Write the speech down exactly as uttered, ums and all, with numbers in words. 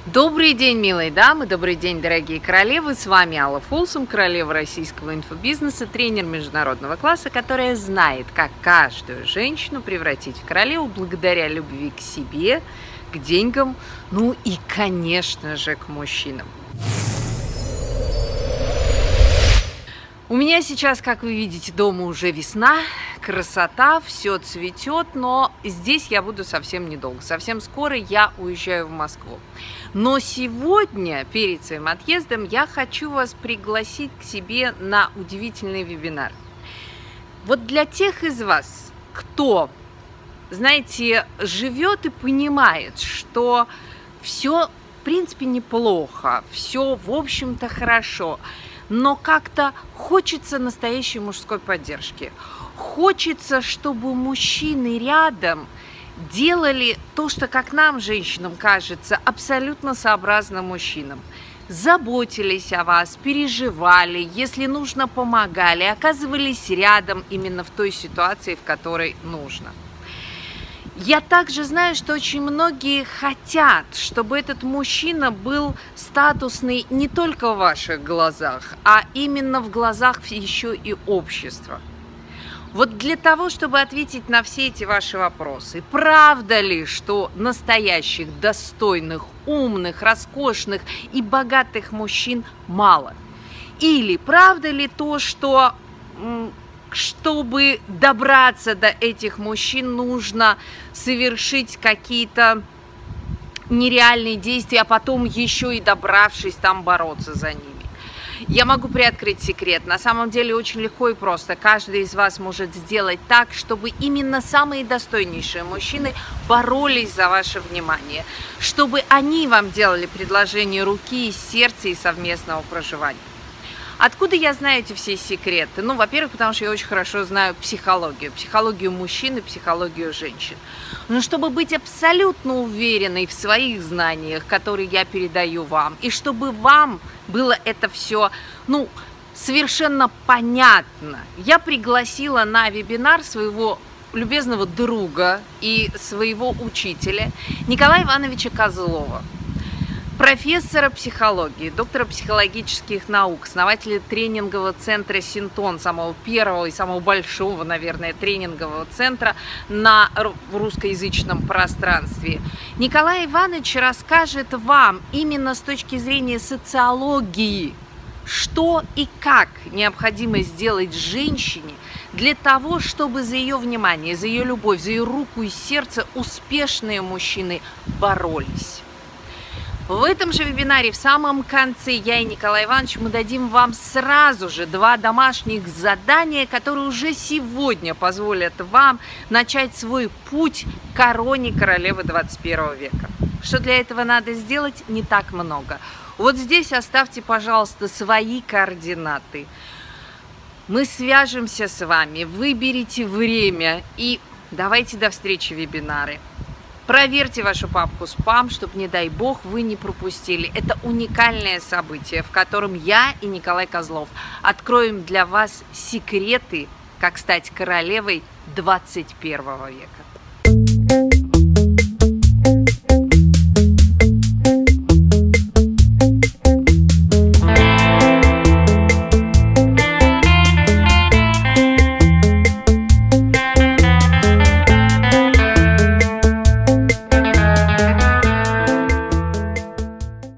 Добрый день, милые дамы, добрый день, дорогие королевы. С вами Алла Фолсом, королева российского инфобизнеса, тренер международного класса, которая знает, как каждую женщину превратить в королеву благодаря любви к себе, к деньгам, ну и, конечно же, к мужчинам. У меня сейчас, как вы видите, дома уже весна, красота, все цветет, но здесь я буду совсем недолго. Совсем скоро я уезжаю в Москву. Но сегодня, перед своим отъездом, я хочу вас пригласить к себе на удивительный вебинар. Вот для тех из вас, кто, знаете, живет и понимает, что все, в принципе, неплохо, все, в общем-то, хорошо, но как-то хочется настоящей мужской поддержки. Хочется, чтобы мужчины рядом делали то, что, как нам, женщинам, кажется, абсолютно сообразно мужчинам. Заботились о вас, переживали, если нужно, помогали, оказывались рядом именно в той ситуации, в которой нужно. Я также знаю, что очень многие хотят, чтобы этот мужчина был статусный не только в ваших глазах, а именно в глазах еще и общества. Вот для того, чтобы ответить на все эти ваши вопросы, правда ли, что настоящих, достойных, умных, роскошных и богатых мужчин мало? Или правда ли то, что чтобы добраться до этих мужчин, нужно совершить какие-то нереальные действия, а потом еще и добравшись там бороться за ними? Я могу приоткрыть секрет. На самом деле очень легко и просто. Каждый из вас может сделать так, чтобы именно самые достойнейшие мужчины боролись за ваше внимание, чтобы они вам делали предложение руки, сердца и совместного проживания. Откуда я знаю эти все секреты? Ну, во-первых, потому что я очень хорошо знаю психологию. Психологию мужчин и психологию женщин. Но чтобы быть абсолютно уверенной в своих знаниях, которые я передаю вам, и чтобы вам было это все, ну, совершенно понятно, я пригласила на вебинар своего любезного друга и своего учителя Николая Ивановича Козлова, профессора психологии, доктора психологических наук, основателя тренингового центра «Синтон», самого первого и самого большого, наверное, тренингового центра на русскоязычном пространстве. Николай Иванович расскажет вам именно с точки зрения социологии, что и как необходимо сделать женщине для того, чтобы за ее внимание, за ее любовь, за ее руку и сердце успешные мужчины боролись. В этом же вебинаре в самом конце я и Николай Иванович мы дадим вам сразу же два домашних задания, которые уже сегодня позволят вам начать свой путь к короне королевы двадцать первого века. Что для этого надо сделать? Не так много. Вот здесь оставьте, пожалуйста, свои координаты. Мы свяжемся с вами, выберите время и давайте до встречи в вебинаре. Проверьте вашу папку спам, чтобы, не дай бог, вы не пропустили. Это уникальное событие, в котором я и Николай Козлов откроем для вас секреты, как стать королевой двадцать первого века.